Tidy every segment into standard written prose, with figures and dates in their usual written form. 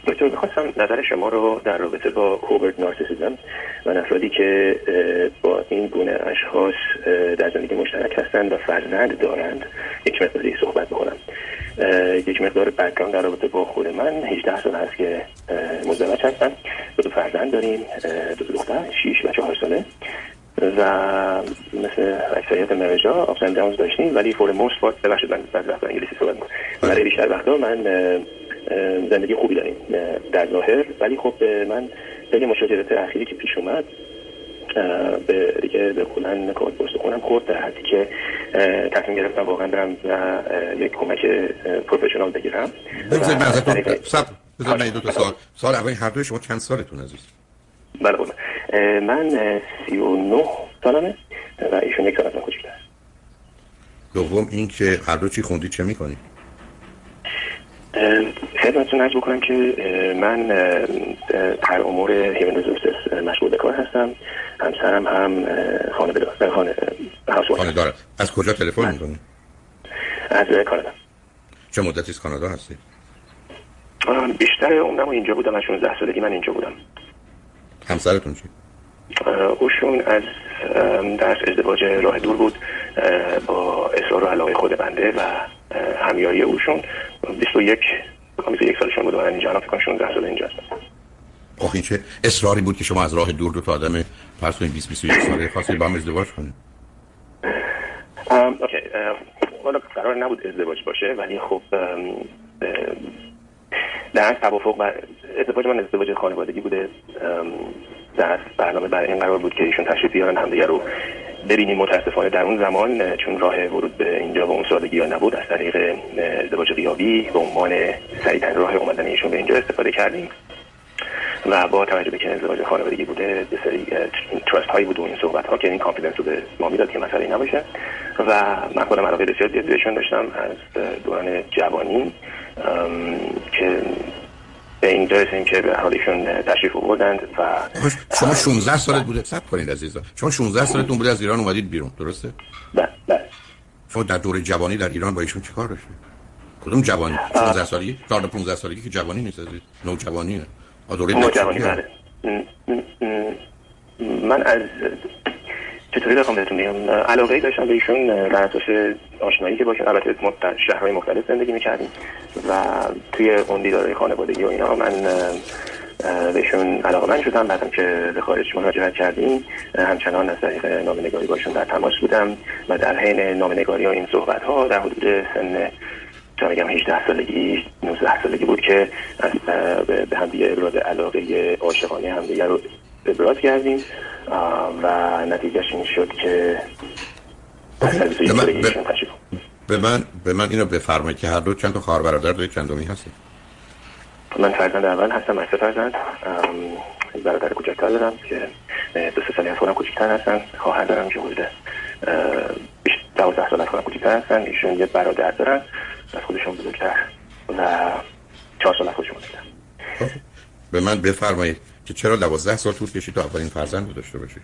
دکتر می‌خواستم نظر شما رو در رابطه با کوورت نارسیسیسم و افرادی که با این گونه اشخاص در زندگی مشترک هستند و فرزند دارند یک مقداری صحبت بکنم. یک مقدار بک‌گراند در رابطه با خود من. 18 سال هست که مزدوج هستم. 2 فرزند داریم، 2 دختر 6 و 4 ساله و مثل اکثریت مریج‌ها آپس اند داونز داشتیم، ولی فور موست پارت ببخشید من بعضی وقتا انگلیسی صحبت می‌کنم. برای بیشتر وقتا من زندگی خوبی داریم در ظاهر، ولی خب من خیلی مشکلات اخیری که پیش اومد به کلن کار پست کنم خورد، در حدی که تصمیم گرفتم واقعا برم و یک کمک پروفشنال بگیرم. بذارید من ازتون 2 تا سوال اول هر دوی شما چند سالتون عزیز؟ بله من 39 سالمه و ایشون 1 سال از من کوچیک‌تر. دوم این که هر دو چی خوندید، چه می‌کنید؟ خدمتتون عرض بکنم که من در امور هیومن ریسورسز مشغول به کار هستم. همسرم هم خانه داره. از کجا تلفن می‌کنید؟ از کانادا. چه مدتی از کانادا هستید؟ بیشتر عمرم اینجا بودم. از 16 سالگی من اینجا بودم. همسرتون چی؟ اوشون از در ازدواج راه دور بود با اصرار و علاقه خود بنده و همیاری اوشون. 21 سالشون بود و من اینجا الان فکر کنم 16 سال اینجا هستم. آخه این چه اصراری بود که شما از راه دور 2 تا آدم فرض کنید 20-21 ساله خواستید با هم ازدواج کنید؟ اوکی، والا قرار نبود ازدواج باشه، ولی خب در توافق بر ازدواج من ازدواج خانوادگی بوده. در برنامه برای این قرار بود که ایشون تشریف بیارن همدیگه رو ببینیم. متاسفانه در اون زمان چون راه ورود به اینجا با اون سادگی ها نبود، از طریق ازدواج غیابی به عنوان سریع‌ترین راه اومدن ایشون به اینجا استفاده کردیم و با توجه به که ازدواج خانوادگی بوده یه سری تراست هایی بود و این صحبت ها که این کانفیدنس رو به ما میداد که مسئله نباشه و من خودم علاقه بسیار زیادی بهشون داشتم از دوران جوانی که به این درسیم که به حالشون تشریف آوردند و شما 16 سالت بوده؟ صبر کنید عزیزم. شما 16 سالتون بوده از ایران اومدید بیرون، درسته؟ بله. شما در دوره جوانی در ایران با ایشون چیکار داشتید؟ کدوم جوانی؟ 15 سالگی؟ 14-15 سالگی که جوانی نیست عزیز. نوجوانیه. نوجوانی بله. من از چطوری بخوام بهتون بگم علاقه‌ای داشتم به ایشون در اساس آشنایی که باشون. البته ما در شهرهای مختلف زندگی می‌کردیم و توی اون دیدارهای خانوادگی و اینا من بهشون علاقه‌مند شدم. بعدم که به خارج مهاجرت کردیم همچنان از طریق نامه‌نگاری باشون در تماس بودم و در حین نامه‌نگاری و این صحبت‌ها در حدود سن 18 سالگی 19 سالگی بود که به هم دیگه ابراز علاقه عاشقانه همدیگه رو ابراز کردیم و نتیجهش این شد که به من اینو بفرمایید که هر دو چند تا خواهر برادر دارید؟ چندمی هستید؟ من فرزند اول هستم. من 3 فرزند، برادر کوچکتر دارم که 2-3 سالی از خودم کوچکتر هستن. خواهر دارم که حدود 12 سال از خودم کوچکتر هستن. ایشون یه برادر دارن از خودشون بزرگتر و 4 سال از خودشون بزرگتر. به من بفرمایید که چرا 12 سال طول کشید تا اولین فرزند رو داشته باشید؟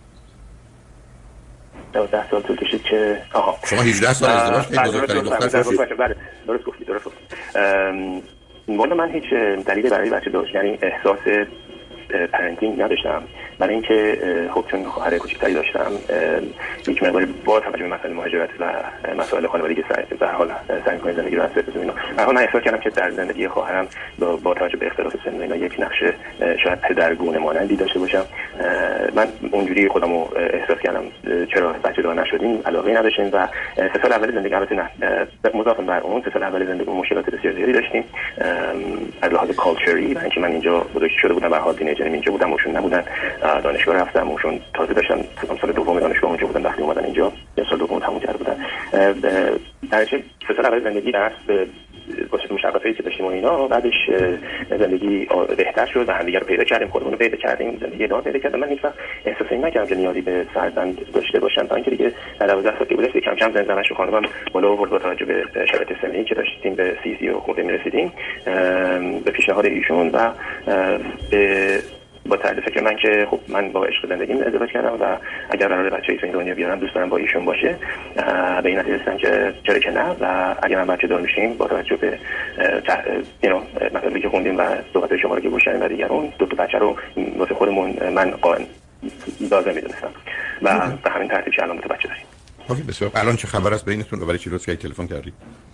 12 سال طول کشید که شما 18 سال ازدواج کردید، بزرگترین دختر شدید. بله درست گفتید. والا من هیچ دلیلی برای بچه داشتن احساس پرنتینگ نداشتم، برای اینکه خب چون خواهر کوچکتری داشتم یک مقداری با توجه به مسائل مهاجرت و مسائل خانوادگی به هر حال سعی می‌کنم زندگی رو از بسازم اینا. به هر حال من احساس کردم که در زندگی خواهرم با توجه به اختلاف سن اینا یک نقش شاید پدرگونه مانندی داشته باشم. من اونجوری خودم رو احساس کردم چرا بچه دار نشدیم، علاقه نداشتیم و 3 سال اول زندگی البته نه مضاف بر اون 3 سال اول زندگی مشکلات بسیار زیادی داشتیم از لحاظ کالچری و اینکه من اینجا بزرگ شده بودم به حال تینیجرم اینجا بودم وشون نبودن. دانشگاه رفتم وشون تازه داشتم سال دوم دانشگاه اونجا بودن وقتی اومدن اینجا یه سال دوم تموم کرده بودن. در چه 3 سال اول زندگی درس واسه مشقتایی که داشتیم و اینا بعدش زندگی بهتر شد و همدیگه رو پیدا کردیم، خودمون رو پیدا کردیم، زندگی ادامه پیدا کردم. من هیچ وقت احساس نکردم که نیازی به فرزند داشته باشم تا اینکه دیگه در 12 سال که بود کم کم زندگیش خانمم بالا آورد با توجه به شرایط سنی که داشتیم به 30 و خورده می‌رسیدیم به پیشنهاد ایشون و به با طرز فکر من که خب من با عشق زندگیم ازدواج کردم و اگر قراره بچه‌ای تو این دنیا بیارم دوست دارم با ایشون باشه. به این نتیجه رسیدم که چرا که نه، و اگر من بچه دار میشیم با توجه به مطلبی که خوندیم و صحبت شما رو که گوش کردیم و دیگران، دو تا بچه رو واسه خودمون من لازم میدونستم و به همین ترتیب که الان دو تا بچه داریم. اوکی بسیار. الان چه خبر است بینتون و برای چی لطفاً تلفن کردید؟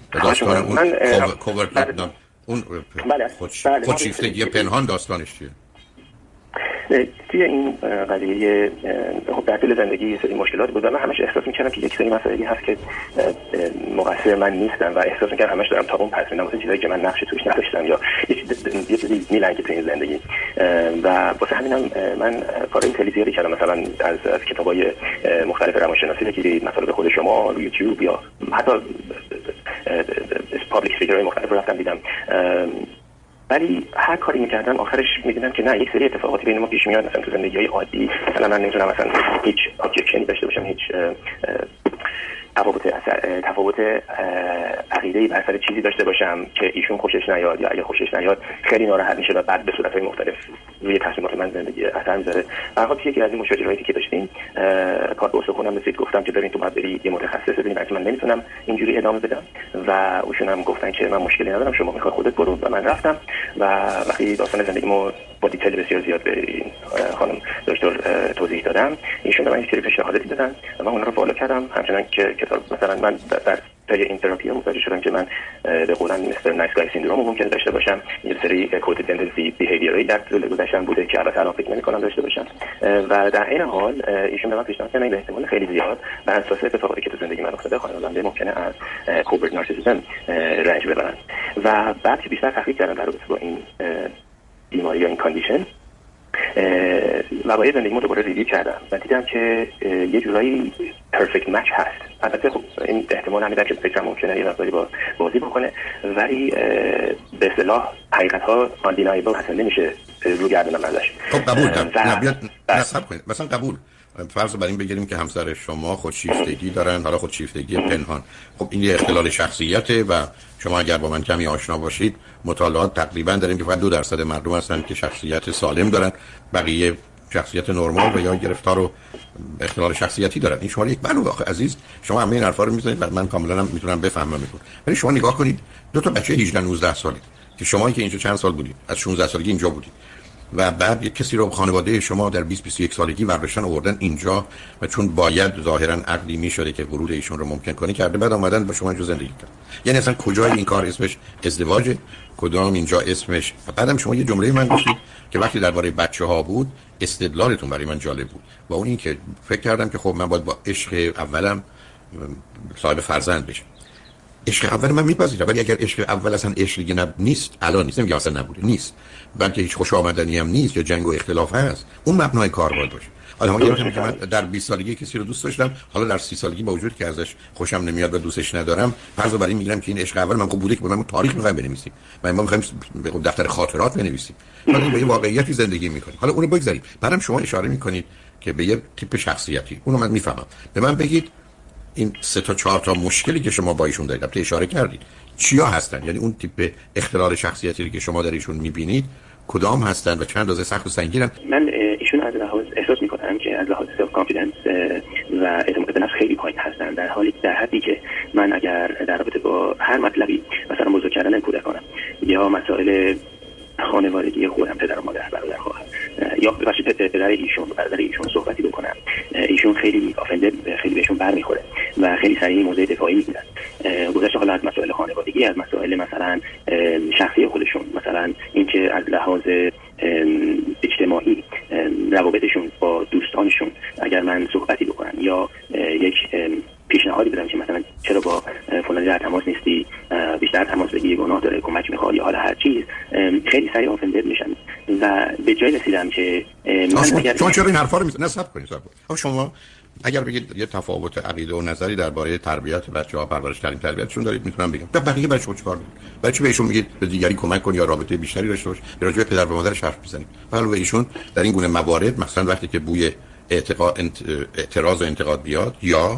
اون خودشیفتگی پنهان داستانش چیه؟ توی این قضیه در طول زندگی سری مشکلات بود و من همش احساس می‌کردم که یک سری مسائلی هست که مقصر من نیستم و احساس می‌کردم همش دارم تا اون پس میدم واسه چیزایی که من نقش توش نداشتم یا یه چیزی میلنگه تو این زندگی. و واسه همینم من کارهای خیلی زیادی کردم، مثلا از کتابای مختلف روانشناسی که مطالب خود شما روی یوتیوب یا حتی پابلیک اسپیکرهای مختلف رفتم دیدم، ولی هر کاری میکردم آخرش میدیدم که نه، یک سری اتفاقاتی بین ما پیش میاد، مثلا تو زندگی‌های عادی مثلا من نمیتونم مثلا هیچ ابجکشنی داشته باشم، هیچ تفاوت عقیده‌ای بر سر چیزی داشته باشم که ایشون خوشش نیاد یا اگه خوشش نیاد خیلی ناراحت میشه و بعد به صورت‌های مختلف روی تصمیمات من زندگی اثر میذاره. در واقع یکی از این مشاجراتی که داشتیم کار به استخونم رسید، گفتم که ببین تو باید بری یه متخصص ببینی، من نمیتونم اینجوری ادامه بدم و اوشون هم گفتن که من مشکلی ندارم، شما میخوای خودت برو. و من رفتم و وقتی داستان زندگیمو با دیتیل بسیار زیاد به خانم دکتر توضیح دادم، ایشون به من یک سری پیشنهاداتی دادن و من اونها رو فالو کردم. همچنان که مثلا من در طی این تراپی متوجه شدم که من به قولن مستر نایس گای سیندروم ممکن داشته باشم، یه سری کد تندنسی بیهیویری در طول گذشتم بوده که البته الان فکر نمی‌کنم داشته باشم. و در این حال ایشون به من پیشنهاد کردن به احتمال خیلی زیاد بر اساس اتفاقاتی که تو زندگی من افتاده خانواده ممکنه از کوورت نارسیسیسم رنج ببرن. و بعد که بیشتر تحقیق کردم در رابطه با این بیماری یا این کاندیشن، وقایع زندگیمو دوباره ریویو کردم و دیدم که یه جورایی پرفکت مچ هست. البته خب این احتمال هم که فکرم ممکنه یه مقداری با بازی بکنه، ولی به اصطلاح حقیقت‌ها آندینایبل هست، نمیشه رو گردونم ازش. خب قبول دارم. بیاد نصب کنید. مثلا قبول فرض بر این بگیریم که همسر شما خودشیفتگی دارن، حالا خودشیفتگی پنهان. خب این یه اختلال شخصیته و شما اگر با من کمی آشنا باشید مطالعات تقریبا داریم که فقط 2% مردم هستن که شخصیت سالم دارن، بقیه شخصیت نرمال و یا گرفتار و اختلال شخصیتی دارن. این شما یک بلو آخه عزیز، شما همه این حرفا رو میزنید و من کاملا هم میتونم بفهمم میتونم. ولی شما نگاه کنید، دو تا بچه 18 19 ساله که شما که اینجا چند سال بودید، از 16 سالگی اینجا بودید و بعد یک کسی رو خانواده شما در 20 21 سالگی برداشتن آوردن اینجا و چون باید ظاهرا عقلی میشده که ورود ایشون رو ممکن کنه کرده، بعد اومدن با شما اینجا زندگی کردن. یعنی اصلا کجای این کار اسمش ازدواجه، کدام اینجا اسمش. بعدم شما یه جمله من گفتید که وقتی درباره بچه‌ها بود استدلالتون برای من جالب بود و اون این که فکر کردم که خب من باید با عشق اولم صاحب فرزند بشم. عشق اول من میپذیرم، ولی اگر عشق اول اصلا عشقی نیست، الان نیست، نمیگم اصلا نبوده، نیست، بلکه هیچ خوش آمدنی هم نیست یا جنگ و اختلاف هست، اون مبنای کار باید باشه. حالا من در 20 سالگی کسی رو دوست داشتم، حالا در 30 سالگی با وجود که ازش خوشم نمیاد و دوستش ندارم، فرض بر این میگیرم که این عشق اول من بوده که من تاریخ میخوایم بنویسیم و ما میخوایم به دفتر خاطرات بنویسیم، ولی به واقعیتی زندگی میکنیم. حالا اونو بگذاریم. بعدم شما اشاره میکنید که به یه تیپ شخصیتی، اونو من میفهمم. به من بگید این 3 تا 4 تا مشکلی که شما با ایشون دارید، البته اشاره کردید چیا هستن، یعنی اون تیپ اختلال شخصیتی که شما در ایشون میبینید کدام هستن و چند اندازه سخت و سنگینن؟ من ایشون از لحاظ احساس میکنم که از لحاظ سلف کانفیدنس و اعتماد به نفس خیلی پایین هستن، در حالی در حدی که من اگر در رابطه با هر مطلبی مثلا موضوع کردن کودکانم یا مسائل خانوادگی خودم، پدر و مادر، برادر خواهر یا پدر ایشون و برادر ایشون صحبتی بکنم، ایشون خیلی آفنده، خیلی بهشون برمیخوره و خیلی سریع موضوع دفاعی میگیرن. گذشته حالا از مسائل خانوادگی، از مسائل مثلا شخصی خودشون، مثلا اینکه از لحاظ اجتماعی روابطشون با دوستانشون اگر من صحبتی بکنم یا یک پیشنهادی بدم که مثلا چرا با فلانی در تماس نیستی، بیشتر تماس بگی، گناه داره، کمک میخواد یا حالا هر چیز، خیلی سریع آفندد میشن و به جای رسیدم که شما چرا این حرفا رو نصب کنید؟ شما اگر بگید یه تفاوت عقیده و نظری درباره تربیت بچه‌ها، پرورش، تعلیم تربیتشون دارید، میتونم بگم بقیه برای شما چیکار می‌کنید؟ برای چی بهشون میگید به دیگری کمک کن یا رابطه بیشتری داشته باش، یا راجع به پدر و مادرش حرف بزنید؟ علاوه بر ایشون در این گونه موارد، مثلا وقتی که بوی اعتراض و انتقاد بیاد یا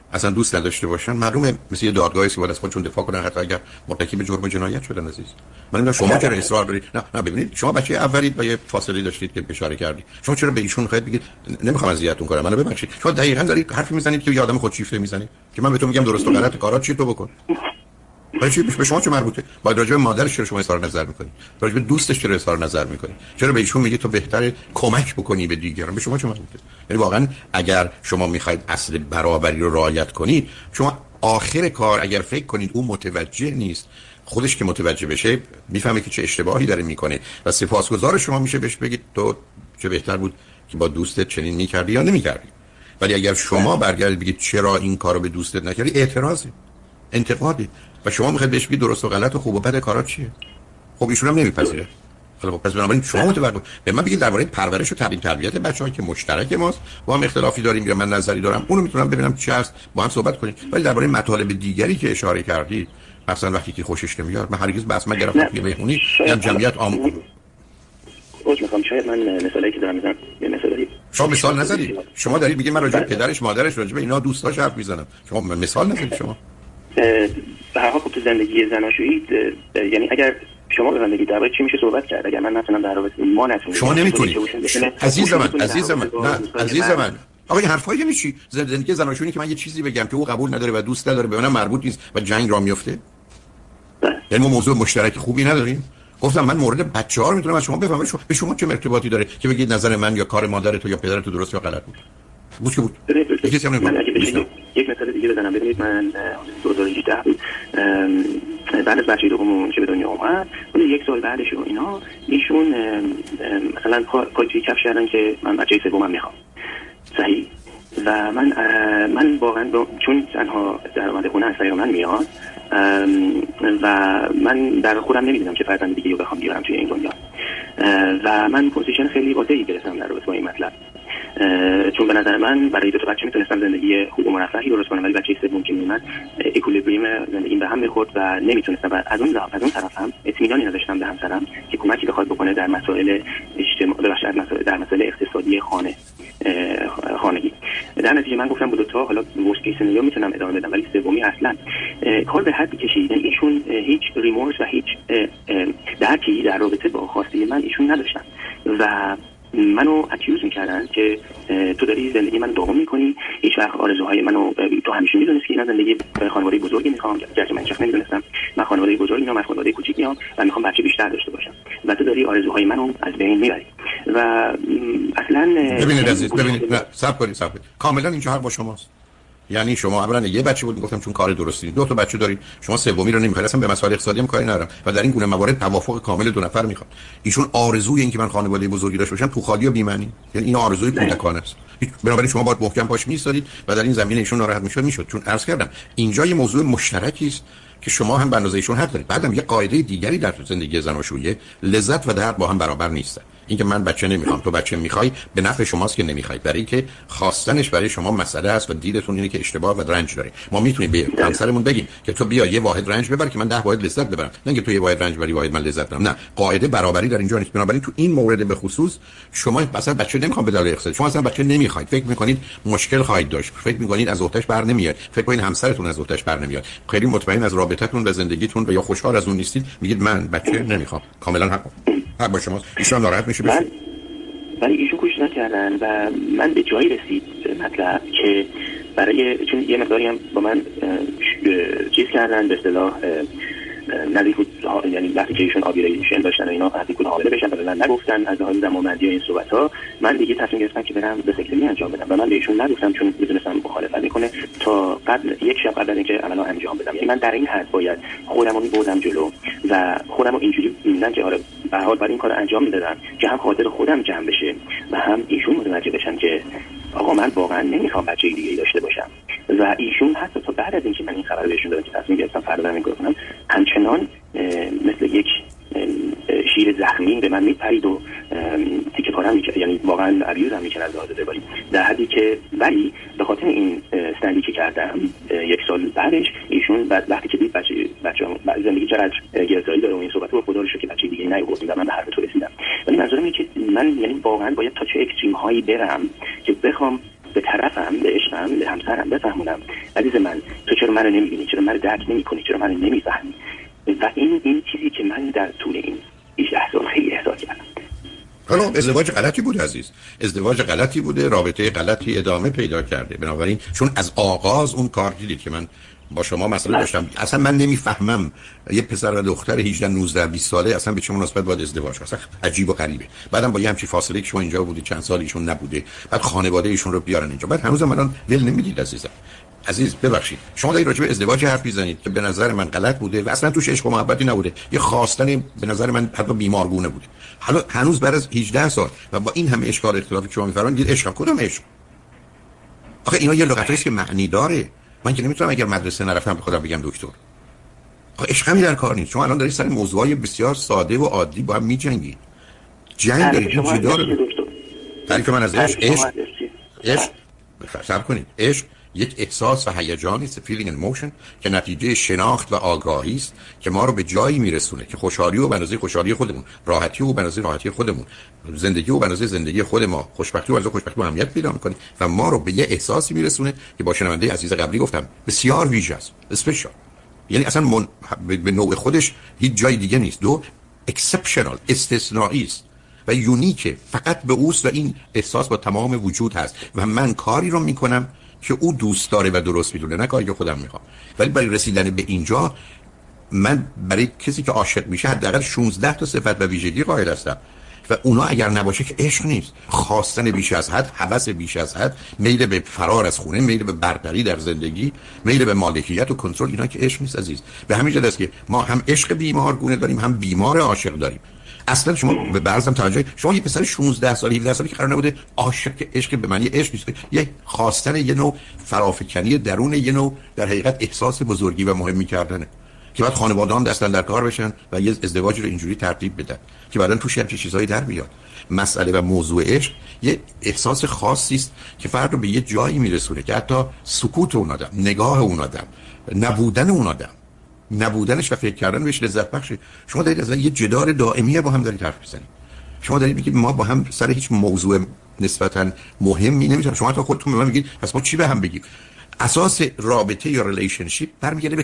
اصلا دوست نداشته باشن، معلومه مثل یه دادگاهی که باید از خودشون دفاع کنن حتی اگر مرتکب جرم جنایت شدن. عزیز من نمیدونم شما چرا اصرار دارید. نه ببینید شما بچه اولید و یه فاصله داشتید که اشاره کردید، شما چرا به ایشون خواهید بگید نمیخوام اذیتتون کنم؟ منو ببخشید شما دقیقاً دارید حرفی میزنید که یه آدم خودشیفته میزنید که من به تو میگم درست و غلط کارات چی تو بکن. ولی چی به شما چه مربوطه؟ باید راجع به مادرش چرا شما اظهار نظر میکنید؟ راجع به دوستش چرا اظهار نظر میکنید؟ چرا به ایشون میگید تو بهتره کمک بکنی به دیگران؟ به شما چه مربوطه؟ یعنی واقعا اگر شما میخواید اصل برابری رو رعایت کنید، شما آخر کار اگر فکر کنید اون متوجه نیست، خودش که متوجه بشه میفهمه که چه اشتباهی داره میکنه و سپاسگزار شما میشه بهش بگید تو چه بهتر بود که با دوستت چنین میکردی یا نمیکردی. ولی اگر شما برگردید بگید چرا این کارو به دوستت نکردی، اعتراضی، انتقادی، و شما میخواید بهش بگید درست و غلط و خوب و بد کارا چیه، خب ایشون هم نمیپذیره. خب پس بنابراین شما متوجه به من بگید درباره پرورش و تربیت بچه‌ها که مشترک ماست، با هم اختلافی داریم یا من نظری دارم، اونو میتونم ببینم چی هست با هم صحبت کنیم. ولی درباره مطالب دیگری که اشاره کردید، مثلا وقتی که خوشش نمیاد، من هرگز بس من گرفتم توی مهمونی هم جمعیت عام میخوام شاید من مثالی که دارم میزنم یه مثالی شما مثال نزدید. شما دارید میگید من راجع به پدرش مادرش راجع به اینا دوستاش حرف میزنم، شما مثال نزدید. شما به هر حال تو زندگی زناشویی یعنی اگر شما به من بگید درباره چی میشه صحبت کرد، اگر من نتونم در رابطه ما نتونم، شما نمیتونید. عزیز من آقا این حرفایی یعنی چی؟ زندگی زناشویی که من یه چیزی بگم که او قبول نداره و دوست نداره به من مربوط نیست و جنگ راه میفته؟ یعنی ما موضوع مشترک خوبی نداریم؟ گفتم من مورد بچه‌ها رو میتونم از شما بفهمم به شما چه ارتباطی داره که بگید نظر من یا کار مادر تو یا پدر تو درست یا غلط بود. که بود. من اگه بشه یک مثال دیگه بزنم. ببینید من 2018 بود بعد از بچه دومون که به دنیا اومد، اون یک سال بعدش و اینا ایشون مثلا کاری کفش کردن که من بچه سومم میخوام. صحیح. و من واقعا چون تنها درآمد خونه از طریق من میاد و من در خودم نمیدونم که فرزند دیگه رو بخوام بیارم توی این دنیا و من پوزیشن خیلی واضحی گرفتم در رابطه با این مطلب، چون به نظر من برای دو تا بچه میتونستم زندگی خوب و مرفهی درست کنم، ولی بچه سوم که میومد اکولیبریم زندگیم به هم میخورد و نمیتونستم و از اون طرف هم اطمینانی نداشتم به همسرم که کمکی بخواد بکنه در مسائل در مسائل اقتصادی خانگی. در نتیجه من گفتم با دو تا حالا ورست کیس سناریو میتونم ادامه بدم، ولی سومی اصلا کار به حدی کشید. ایشون هیچ ریمورس و هیچ درکی در رابطه با خواسته من ایشون نداشتن و منو اکیوز میکردن که تو داری زندگی من دوام میکنی، هیچ وقت آرزوهای منو تو همیشه میدونستی که من زندگی خانواده بزرگی میخوام، گرچه من چخ نمیدونستم من خانواده بزرگی میام، من خانواده کوچیکی میام و میخوام بچه بیشتر داشته باشم و تو داری آرزوهای منو از بین میبری و اصلا ببینید عزیز ببینید صبر کنید کاملا اینجا حق با شماست. یعنی شما اولا یه بچه بود میگفتم چون کار درستی، دو تا بچه دارید، شما سومی رو نمیخواید، اصلا به مسائل اقتصادی هم کاری ندارم و در این گونه موارد توافق کامل دو نفر میخواد. ایشون آرزوی این که من خانواده بزرگی داشته باشم تو خالی و بی معنی، یعنی این آرزوی کودکانه است. بنابراین شما باید محکم پاش میستادید و در این زمینه ایشون ناراحت میشد چون عرض کردم اینجا یه موضوع مشترکی است که شما هم به اندازه ایشون حق دارید. بعدم یه قاعده دیگری در زندگی زناشویی، لذت و درد با هم برابر نیستن. اینکه من بچه نمیخوام تو بچه میخوای به نفع شماست که نمیخواید، برای اینکه خواستنش برای شما مسئله است و دیدتون اینه که اشتباه و رنج داره. ما میتونیم به همسرمون بگیم که تو بیا یه واحد رنج ببر که من 10 واحد لذت ببرم، نه اینکه تو یه واحد رنج بری واحد من لذت ببرم. نه، قاعده برابری در اینجا نیست. بنابراین تو این مورد به خصوص شما مثلا بچه نمیخوام به دلیل اقتصاد، شما اصلا بچه نمیخواید، فکر میکنید مشکل خواهید داشت، فکر میکنید از اوتش بر نمیاد، فکر کنید همسرتون از اوتش بر نمیاد، خیلی مطمئن از رابطتون و زندگیتون و یا خوشحال از اون نیستید، میگید من بچه نمیخوام. کاملا حق با شماست. ایشون ناراحت میشه ولی ایشون گوش نکردن و من به جایی رسید مطلب که برای چون یه مقداری هم با من چیز کردن، به اصطلاح نزدیک بود، یعنی وقتی که ایشون آبیریشن داشتن و اینا نزدیک بود حامله بشن، ولی نگفتن از لحاظ زمانبندی و این صحبت‌ها. من دیگه تصمیم گرفتم که برم به سکتمی انجام بدم و من به ایشون نگفتم چون می‌دونستم مخالفت میکنه تا قبل یک شب قبل از اینکه عملا انجام بدم. یعنی من در این حد باید خودمو می‌بردم جلو و خودمو اینجوری می‌دیدم که آره به هر حال باید این کارو انجام میدادم که هم خاطر خودم جمع بشه و هم ایشون متوجه بشن که آقا من واقعا نمیخوام بچه دیگه داشته باشم. و ایشون حتی تا بعد از اینکه من این خبر بهشون دادم که تصمیم گرفتم فردا این کارو کنم، همچنان مثل یک شیر زخمی به من میپرید و تیکه پارم میکرد، یعنی واقعا ابیوزم میکرد از لحاظ روایی، در حدی که ولی به خاطر این استندی که کردم یک سال بعدش ایشون بعد وقتی که دید بچه‌م زندگی چقدر گرفتاری داره و این صحبت رو خدا رو شکر که بچه دیگه نیاوردیم و من به حرف تو رسیدم. ولی منظورم اینه که من یعنی واقعا باید تا چه اکستریم هایی برم که بخوام به طرفم به عشقم بکنم، به همسرم بفهمونم عزیز من تو چرا منو نمیبینی، چرا منو درک نمیکنی، چرا منو نمیفهمی. و این چیزی که من در طول این 18 سال خیلی احساس کردم. حالا ازدواج غلطی بود عزیز، ازدواج غلطی بوده، رابطه غلطی ادامه پیدا کرده. بنابراین چون از آغاز اون کار دیدید که من با شما مسئله داشتم، اصلا من نمیفهمم یه پسر و دختر 18 19 20 ساله اصلا به چه مناسبت باید ازدواج کنه. اصلا عجیب و غریبه. بعدم با یه همچین فاصله که شما اینجا بودید چند سال ایشون نبوده، بعد خانواده ایشون رو بیارن اینجا، بعد هنوزم الان ول نمیدید عزیزم. عزیز ببخشید شما دارید راجع به ازدواج حرف میزنید که به نظر من غلط بوده و اصلا توش عشق و محبتی نبوده، یه خواستن به نظر من حتی بیمارگونه بوده. حالا هنوز بعد از 18 سال و با این همه اشکال اختلافی که شما میفرمایید عشق کدوم عشق؟ آخه اینا یه لغتایی است که معنی داره. من که نمیتونم اگر مدرسه نرفتم به خودم بگم دکتر. آخه عشق همین در کار نیست. شما الان دارید سر موضوعای بسیار ساده و عادی با هم میجنگید. جنگ دارید، جدال. تعریف من از عشق صبر کنید. عشق یک احساس و هیجانی است، feeling and motion، که نتیجه شناخت و آگاهی است که ما رو به جایی میرسونه که خوشحالی و به اندازه خوشحالی خودمون، راحتی و به اندازه راحتی خودمون، زندگی و به اندازه زندگی خود ما، خوشبختی و به اندازه خوشبختی اهمیت پیدا میکنه و ما رو به یه احساسی میرسونه که با شنونده عزیز قبلی گفتم بسیار ویژه است، اسپیشال. یعنی اصلا به نوع خودش هیچ جای دیگه نیست. دو، اکسپشنال، استثنایی است و یونیکه، فقط به اوست و این احساس با تمام وجود هست و من کاری رو میکنم که او دوست داره و درست میدونه، نه کاری که خودم میخوام. ولی برای رسیدن به اینجا من برای کسی که عاشق میشه حداقل 16 تا صفت و ویژگی قائل هستم و اونا اگر نباشه که عشق نیست. خواستن بیش از حد، هوس بیش از حد، میل به فرار از خونه، میل به برتری در زندگی، میل به مالکیت و کنترل، اینا که عشق نیست عزیز. به همین جهت است که ما هم عشق بیمارگونه داریم، هم بیمار عاشق داریم. اصلا شما به برزم توجه، شما یه پسر 16 ساله 17 ساله که قرار نبوده عاشق، عشق به معنی عشق نیست، یه خواستن یه نوع فرافکنی درون، یه نوع در حقیقت احساس بزرگی و مهمی کردنه که بعد خانواده‌ام دستن در کار بشن و یه ازدواج رو اینجوری ترتیب بدن که بعدن توش هم چیزایی در بیاد. مسئله و موضوع عشق یه احساس خاصی است که فرد رو به یه جایی میرسونه که حتی سکوت اون آدم، نگاه اون آدم، نبودن اون آدم، نبودنش و فکر کردن بهش لذت بخشه. شما دارید از یه جدال دائمی با هم دارید حرف میزنید. شما دارید میگید ما با هم سر هیچ موضوع نسبتا مهمی نمیتونیم. شما تا خودتون به من میگید پس ما چی به هم بگیم؟ اساس رابطه یا ریلیشنشیپ برمیگرده به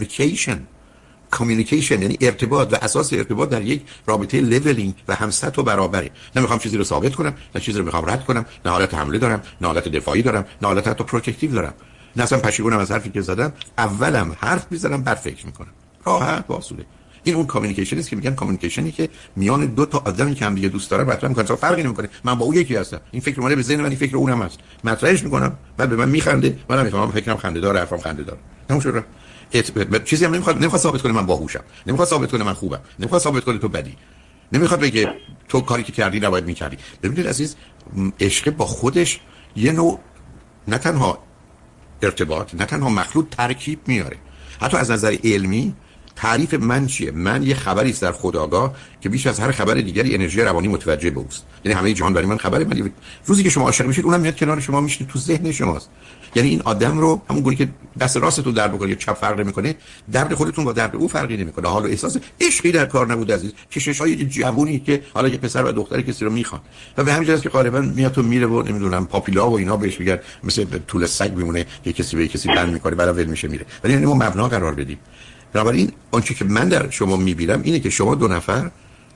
کامیونیکیشن، یعنی ارتباط، و اساس ارتباط در یک رابطه لولینگ و هم سطح و برابره. نمیخوام چیزی رو ثابت کنم، نه چیزی رو میخوام رد کنم، نه حالت حمله دارم، نه حالت دفاعی دارم، نه حالت حتی پروتکتیو دارم. نه اصلا پشیمونم از حرفی که زدم، اولم حرف میزنم بعد فکر میکنم. راحت و اصوله. این اون کامیونیکیشن است که میگن کامیونیکیشنی که میان دو تا آدمی که هم دیگه دوست دارن مطرح میکنن. فرقی نمیکنه من با اون یکی هستم، این فکر اومده به ذهن من، این فکر اونم هست، مطرحش میکنم، بعد به من میخنده، منم میفهمم فکرم خنده داره، حرفم خنده داره. تموم شد. چیزی هم نمیخواد ثابت کنه من باهوشم، نمیخواد ثابت کنه من خوبم، نمیخواد ثابت کنه تو بدی، نمیخواد بگه تو کاری که کردی نباید میکردی. ببینید عزیز، عشق با خودش یه نوع نه تنها ارتباط، نه تنها مخلوط ترکیب میاره. حتی از نظر علمی تعریف من چیه؟ من یه خبری است در خودآگاه که بیش از هر خبر دیگری انرژی روانی متوجه به اوست. یعنی همه جهان برای من خبره. من روزی که شما عاشق میشید اونم میاد کنار شما میشینه تو ذهن شماست. یعنی این آدم رو همون گونه که دست راستتون درد بکنه چپ فرق نمیکنه، درد خودتون با درد او فرقی نمیکنه. حال و احساس عشقی در کار نبود عزیز. کشش‌های جوونی که حالا یه پسر و دختری کسی رو میخوان و به همین جهت که غالبا میاد تو میره و نمیدونم پاپیلا و اینا بهش میگن، مثل طول سگ میمونه که کسی به کسی بند میکنه بعد ول میشه میره. ولی اینو مبنا قرار بدیم. بنابراین آنچه که من در شما میبینم اینه که شما دو نفر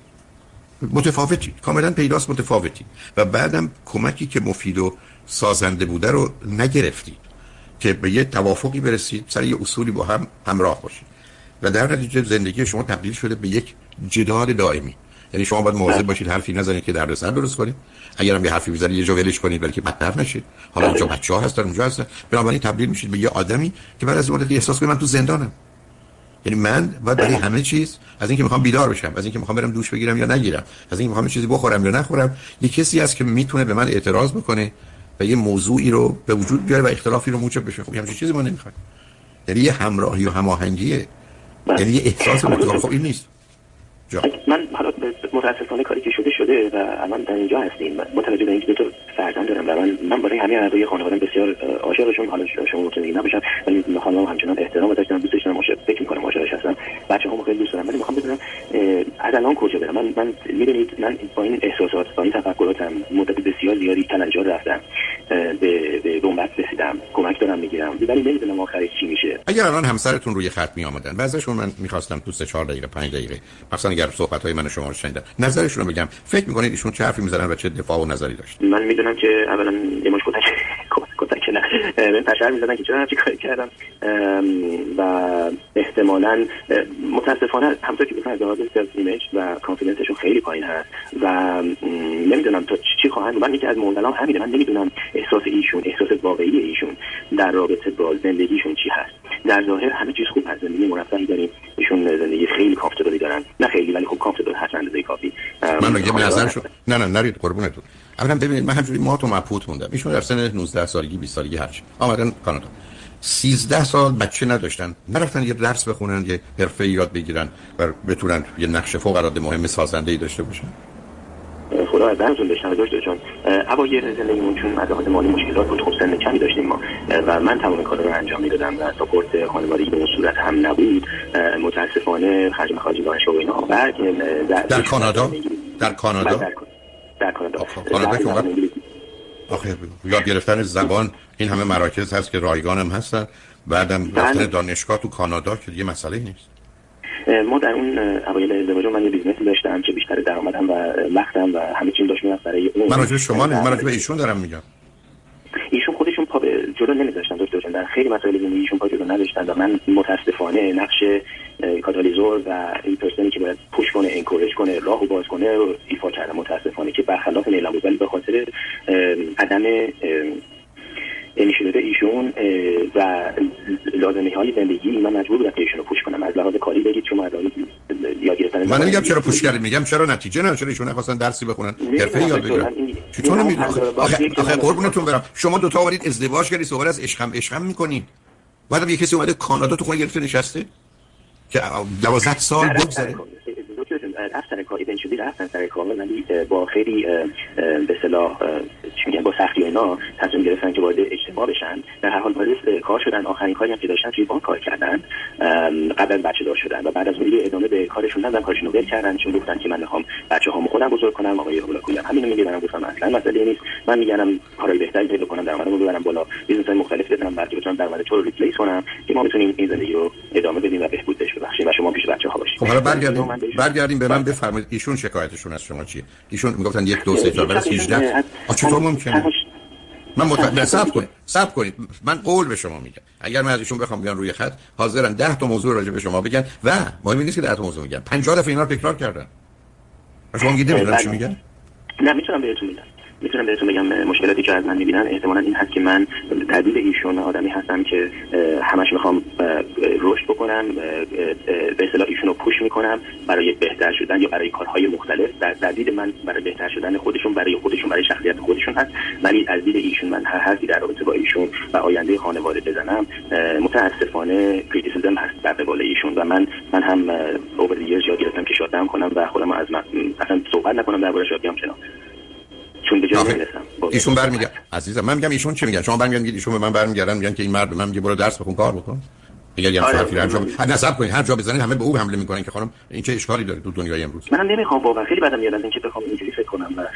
متفاوتی، کاملا پیداست متفاوتی و بعدم کمکی که مفید و سازنده بوده رو نگرفتید که به یه توافقی برسید، سر یه اصولی با هم همراه باشید و در نتیجه زندگی شما تبدیل شده به یک جدال دائمی. یعنی شما باید مواظب باشید حرفی نزنید که دردسر درست کنید، اگرم یه حرفی بزنید یه جا ولش کنید بلکه بدتر نشید. حالا اینجا بچه‌ها هستن اونجا هستن، بنابراین تبدیل میشید به یه آدمی که بعد از مدتی احساس کنید من تو زندانم. یعنی من باید برای همه چیز، از اینکه میخوام بیدار بشم، از اینکه میخوام برم دوش بگیرم یا نگیرم، از اینکه میخوام چیزی بخورم یا نخورم، یه کسی هست که میتونه به من اعتراض بکنه و یه موضوعی رو به وجود بیاره و اختلافی رو موجب بشه. خب همین چیزی ما نمیخوایم. یعنی یه همراهی و هماهنگیه، یعنی یه احساس متقابل. خب این نیست. من حالا متاسفانه کاری که شده و الان در اینجا هستیم. متوجه به اینکه 2 تا فرزند دارم و من برای همه اعضای خانواده‌ام بسیار عاشقشون، حالا شما ممکنه نباشم ولی خانمم همچنان احترام داشتم، دوستش دارم، فکر می‌کنم عاشقش هستم، بچه‌هامو خیلی دوست دارم، ولی می‌خوام بدونم از الان کجا برم. من می‌دونید من با این احساسات، با این تفکراتم مدت بسیار زیادی کلنجار رفتم، به بنبست رسیدم، کمک دارم می‌گیرم، ولی نمی‌دونم آخرش چی میشه. اگر الان همسرتون روی خط میآمدن و ازشون من می‌خواستم تو 3-4 دقیقه 5 دقیقه مثلا اگر صحبت‌های من و شما رو شنیدن نظرشون رو بگم، فکر می‌کنید ایشون چه حرفی می‌زنن و چه دفاع و نظری داشت؟ من می‌دونم که اولا یه مش کتک نه من تشر می‌زدن که چرا همچین کاری کردم و احتمالاً متأسفانه همونطور که گفتم از لحاظ سلف ایمیج و کانفیدنسشون خیلی پایین هست و نمی‌دونم تا چی خواهند. من یکی از موندلام همینه، من نمی‌دونم احساس ایشون، احساس واقعی ایشون در رابطه با زندگیشون چی هست. در ظاهر همه چیز خوب هست، زندگی مرفهی داریم، ایشون زندگی خیلی کامفورتبلی دارن، نه خیلی ولی خب کامفورتبل هست، اندازه کافی. من میگم نظرشون نه نرید قربونتون. اولا ببینید من همجوری ما تو مبهوت موندم. ایشون در سن 19 سالگی 20 سالگی هرچی آمدن کانادا، 13 سال بچه نداشتن، نرفتن یه درس بخونن، یه حرفه یاد بگیرن و بتونن یه نقش فوق العاده مهم سازنده‌ای داشته باشن. خدا از دمتون بشنوه دکتر جان. اوایل زندگیمون چون از لحاظ مالی مشکلات بود، خب سن کمی داشتیم ما و من تمام کارا رو انجام میدادم و ساپورت خانوادگی به اون صورت هم نبود. متاسفانه خرج مخارج دانشگاه و اینا در کانادا در کانادا آخه یاد گرفتن زبان این همه مراکز هست که رایگان هم هستن، بعدم رفتن دانشگاه تو کانادا که دیگه مسئله نیست. ما در اون اوایل ازدواج من یه بیزنسی داشتم که بیشتر درآمدم و وقتم و همه چیز داشت میرفت برای اون. من راجع شما نه، من راجع به ایشون دارم میگم. ایشون خودشون پا به جلو نمیذاشتن دکتر جان، در خیلی مسائل زندگیشون پا جلو نداشتن و من متاسفانه نقش کاتالیزور و این پرسنی که باید پوش کنه، انکورج کنه، راهو باز کنه رو ایفا کردم متاسفانه، که برخلاف نیلم بود، ولی به خاطر عدم انیشیتیو ایشون و لازمه‌های زندگی من مجبور بودم ایشونو پوش کنم. از لحاظ کاری بگید شما از لحاظ یاد گرفتن من نمیگم چرا پوش کردید، میگم چرا نتیجه نه، چرا ایشون نخواستن درسی بخونن، حرفه یاد بگیرن. چطور نمیدونم آخه قربونتون برم شما دو تا آورید ازدواج کردید، صحبت از عشقم میکنید، بعدم یه کسی اومده کانادا تو خونه گرفته نشسته که 12 سال بگذره. رفتن کاری بین شدی رفتن سر کار ولی با خیلی به اصطلاح چی میگن با سختی و اینا تصمیم گرفتن که وارد اجتماع بشن. در هر حال وارد کار شدن، آخرین کاری هم که داشتن توی بانک کار کردن قبل از بچه دار شدن و بعد از اون ادامه به کارشون دادن، کارشون رو ول کردن چون گفتن که من میخوام بچه‌هامو خودم بزرگ کنم. آقای هولاکویی همینو میگه، منم گفتم اصلا مسئله نیست، من میگم کارهای بهتری پیدا کنم، درآمدمو ببرم بالا، بیزنس‌های مختلف بزنم بعد بتونم درآمد تو رو ریپلیس کنم که ما بتونیم این زندگی رو ادامه بدیم و بهبود ببخشیم و شما پیش بچه‌ها باشید. خب حالا برگردیم به من بفرمایید ایشون شکایتشون از شما چیه؟ ایشون میگفتن 1 2 3 4 بعد 18 چطور ممکنه؟ من صبر کنید من قول به شما میگم اگر من از ایشون بخوام بیان روی خط حاضرن 10 تا موضوع راجع به شما بگن و مهم نیست که 10 تا موضوع میگن، 50 دفعه اینا رو تکرار کردن. شما میگید نمیدونم چی میگن؟ نه میتونم بهتون بگم مشکلاتی که از من میبینن احتمالاً این هست که من تبدیل ایشون آدمی هستم که همش میخوام رشد بکنم، به اصطلاح ایشونو پوش میکنم برای بهتر شدن یا برای کارهای مختلف. در دید من برای بهتر شدن خودشون، برای شخصیت خودشون هست، ولی از دید ایشون من هر حرفی در رابطه با ایشون و آینده خانواده بزنم متاسفانه کریتیسیزم هست در قبال ایشون و من هم اوور دی ایرز یاد گرفتم که شادم کنم و خودم از اصلا صحبت نکنم دربارش، بیام کنار چون به جای نمیرسم. ایشون برمیگه عزیزم، من میگم ایشون چی میگن، شما برمیگردید ایشون به من برمیگردن میگن که این مرد به من میگه برو درس بخون کار بکن. اگر یه حرفی انجام نصب کنید هر جا بزنید همه به او حمله میکنن که خانم این چه اشکالی داره تو دنیای امروز. منم نمیخوام واقعا خیلی بدم میاد از اینکه بخوام اینجوری فکر کنم و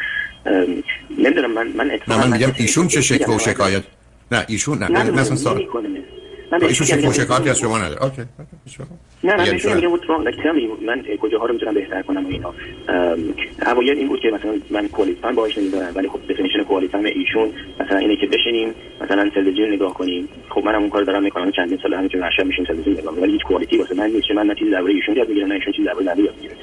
نمیدونم من میگم ایشون چه شکوه و شکایت نه ایشون نه مثلا سوال ایشون شکوه و شکایتی از شما نداره. اوکی نه من میگم من کجاها رو میتونم بهتر کنم و اینا. اوایل این بود که مثلا من کوالیفایم باهاش نمیدونم، ولی خب دفینیشن کوالیفایم ایشون مثلا اینه که بشینیم مثلا تلویزیون نگاه کنیم. خب منم اون کارو دارم میکنم چندین سال همینجوری عشق میشیم تلویزیون نگاه میکنم، ولی هیچ کوالیتی واسه من نیست. من چیزی درباره ایشون یاد میگیرم نه ایشون چیزی درباره من یاد میگیره.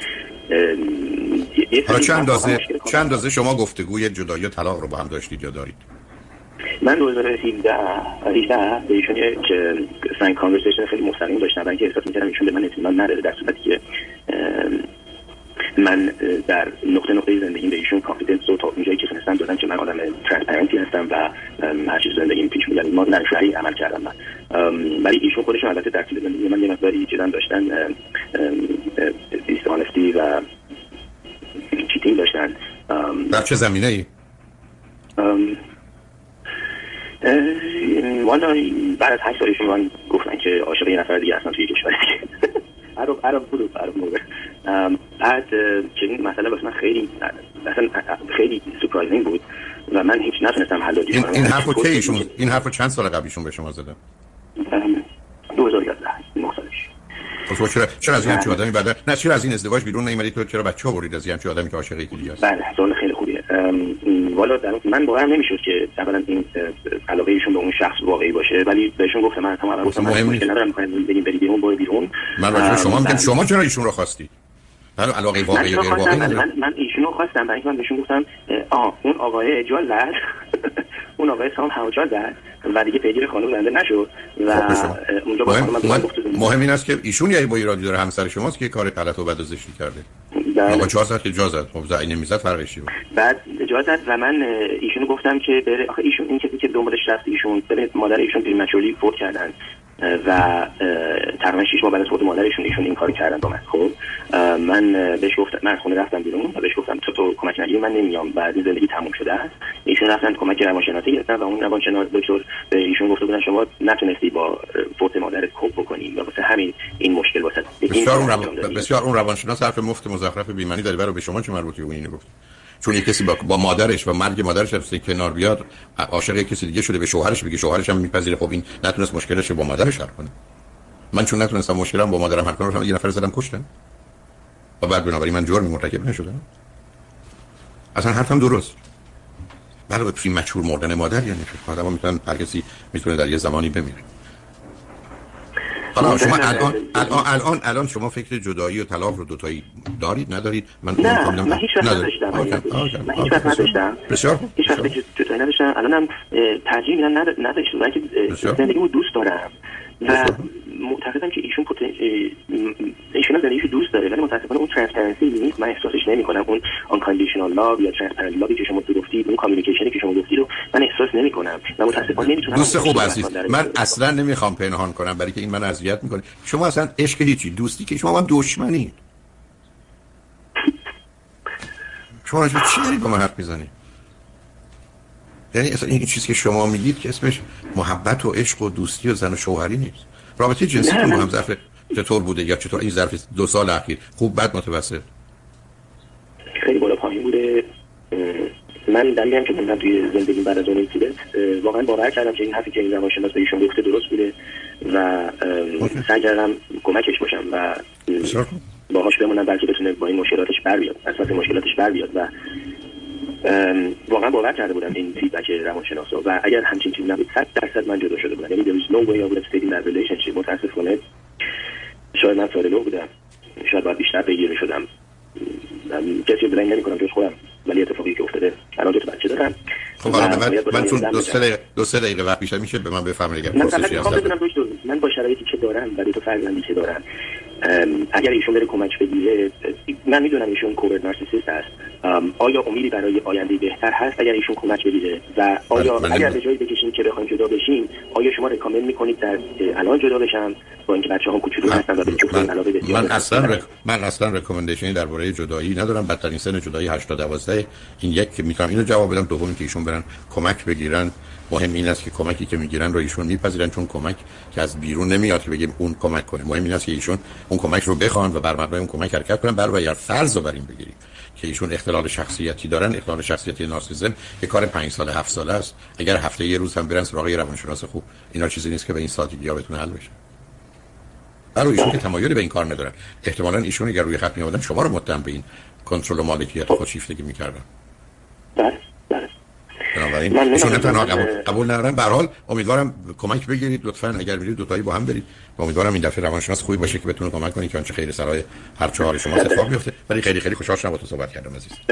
حالا چند اندازه شما گفتگوی جدایی و طلاق رو با هم داشتید یا دارید؟ من 2018 به ایشون یک فرانک کانورسیشن خیلی مستقیم داشتم و اینکه احساس می‌کردم ایشون به من اطمینان نداره، در صورتی که من در نقطه زندگیم به ایشون کانفیدنس و تا اونجایی که تونستم دادم که من آدم ترانسپرنتی هستم و هر چیز زندگیم پیش میاد ما در شهری عمل کردم من. ولی ایشون خودشون البته در طول زندگی من یه مقداری چیزا داشتن دیسانستی و داشتن. در چه زمینه‌ای؟ والا بعد از 8 سالشون من گفتن که عاشق یه نفر دیگه هستن توی کشور دیگه. عرب بود. بعد که این مسئله واسه من خیلی سورپرایزینگ بود و من هیچ نتونستم حل کنم. این حرفو چند سال قبلشون به شما زدن؟ 2011 9 سالش. خب چرا از این آدمی بعد نه چرا از این ازدواج بیرون نمیرید؟ تو چرا بچه‌ها برید از این آدمی که عاشق یکی دیگه است؟ بله سوال خیلی خوبیه. والا من باورم نمیشد که اولا این علاقه ایشون به اون شخص واقعی باشه، ولی بهشون گفتم من اصلا مشکل ندارم، می‌خوایم بریم بیرون برو بیرون. من راجع شما میگم شما چرا ایشون رو خواستید؟ حالا علاقه واقعی غیر واقعی من ایشون رو خواستم، برای اینکه من بهشون گفتم اون آقای اجال زد اون آقای سام هوجال زد و دیگه پیگیر خانم زنده نشد و اونجا با خانم مهم این است که ایشون یعنی با ایرادی داره همسر شماست که کار غلط و بد و زشتی کرده. آقا اجازه خب زای نمیزد فرقش چیه؟ بعد اجازه و من ایشونو گفتم که بره. آخه ایشون این کسی که دنبالش رفت، ایشون ببینید مادر ایشون پریمچورلی فوت کردن و تقریبا 6 ماه بعد از فوت مادرشون ایشون این کارو کردن با من. خب من بهش گفتم، من خونه رفتم بیرون و بهش گفتم تو کمک نگیری من نمیام، بعد زندگی تموم شده است. ایشون رفتن کمک روانشناسی گرفتن و اون روانشناس دکتر به ایشون گفته بودن شما نتونستی با فوت مادرت کوپ بکنی و واسه همین این مشکل واسه بسیار اون روانشناس حرف مفت مزخرف بی‌معنی داره. برای به شما چه مربوطه اون اینو گفت؟ چون یک کسی با مادرش و مرگ مادرش از کنار بیاد عاشق کسی دیگه شده به شوهرش بگه شوهرش هم میپذیره. خب این نتونست مشکلش رو با مادرش حل کنه. من چون نتونستم مشکلم با مادرم حل کنم یه نفر زدم کشتم و بعد بنابراین من جرمی مرتکب نشدم. اصلا حرفم درست. برای فیلم مشهور مردن مادر یعنی چه؟ آدم‌ها میتونن هر کسی میتونه در یه زمانی بمیره. حالا شما الان شما فکر جدایی و طلاق رو دوتایی دارید ندارید؟ من هیچ وقت نداشتم. من هیچ وقت نداشتم. بسیار هیچ وقت جدایی نداشتم. الانم ترجیح میدم نداشتم. من که زندگیمو دوست دارم و معتقدم که ایشون زندگیشو دوست داره، ولی متأسفانه اون ترانسپرنسی نیست. من احساسش نمی‌کنم. اون آنکاندیشنال لاو یا ترانسپرنت لاوی که شما گفتید، اون کامیونیکیشنی که شما گفتید رو من احساس نمی‌کنم و متأسفانه نمی‌تونم. دوست خوب عزیز، من اصلا نمی‌خوام پنهان کنم برای که این من اذیت می‌کنه. شما اصلا عشق هیچی، دوستی که شما هم دشمنید. شما چی دارید با من حرف می‌زنید؟ یعنی اصلا این چیزی که شما میگید که اسمش محبت و عشق و دوستی و زن و شوهری نیست. رابطه جنسیتون با هم ظرف چطور بوده یا چطور این ظرف 2 سال اخیر خوب بد متوسط؟ خیلی بالا پایین بوده. من دلیلی که من توی زندگی بعد از اون اینسیدنت واقعا باور کردم که این حرفی که این روانشناس به ایشون گفته درست بوده و سعی کردم کمکش باشم و باهاش بمونم بلکه بتونه با این مشکلاتش بر بیاد، اصلا مشکلاتش بر بیاد و واقعا باور کرده بودم این فیدبک روانشناسا و اگر همچین چیزی نبود 100% من جدا شده بودم. یعنی there is no way I would have stayed in that relationship. متاسفانه شاید من سال نو بودم، شاید باید بیشتر بگیر می‌شدم. کسی رو بلنگ نمی‌کنم جز خودم، ولی اتفاقی که افتاده الان 2 تا بچه دارم. خب حالا من چون 2-3 دقیقه وقت بیشتر میشه به من بفرمایید اگر پروسسی هست. من با شرایطی که دارم و 2 فرزندی که دارم اگر ایشون بره کمک بگیره، من میدونم ایشون کوورت نارسیسیست است. آیا امیدی برای آینده بهتر هست اگر ایشون کمک بگیره و آیا اگر به جایی بکشیم که بخوایم جدا بشیم، آیا شما ریکامند میکنید در الان جدا بشم با اینکه بچه‌ها کوچولو هستن و به جفتشون علاقه بسیار؟ من اصلا ریکامندیشنی درباره جدایی ندارم. بدترین سن جدایی 8-12. این یک که میتونم اینو جواب بدم. دومی که ایشون برن کمک بگیرن. مهم این است که کمکی که میگیرن رو ایشون میپذیرن، چون کمک که از بیرون نمیاد که بگیم اون کمک کنه. مهم این است که ایشون اون کمک رو بخوان و بر مبنای اون کمک حرکت کنن. برای فرض رو بریم بگیریم که ایشون اختلال شخصیتی دارن. اختلال شخصیتی نارسیسیسم یه کار 5 ساله 7 ساله است. اگر هفته یه روز هم برن سراغ روانشناس خوب، اینا چیزی نیست که به این سادگی ها بتونه حل بشه. برای ایشون که تمایلی به این کار ندارن. احتمالاً ایشون اگر روی خط میآمدن شما رو متهم به این کنترل و مالکیت خودشیفتگی می‌کردن. بنابراین ایشون تنها قبول ندارن. به هر حال امیدوارم کمک بگیرید لطفاً. اگر میرید دوتایی با هم برید و امیدوارم این دفعه روانشناس خوبی باشه که بتونه کمک کنه که آنچه خیر سرای هر 4 شما اتفاق بیفته. ولی خیلی خیلی خوشحال شدم با تو صحبت کردم عزیز.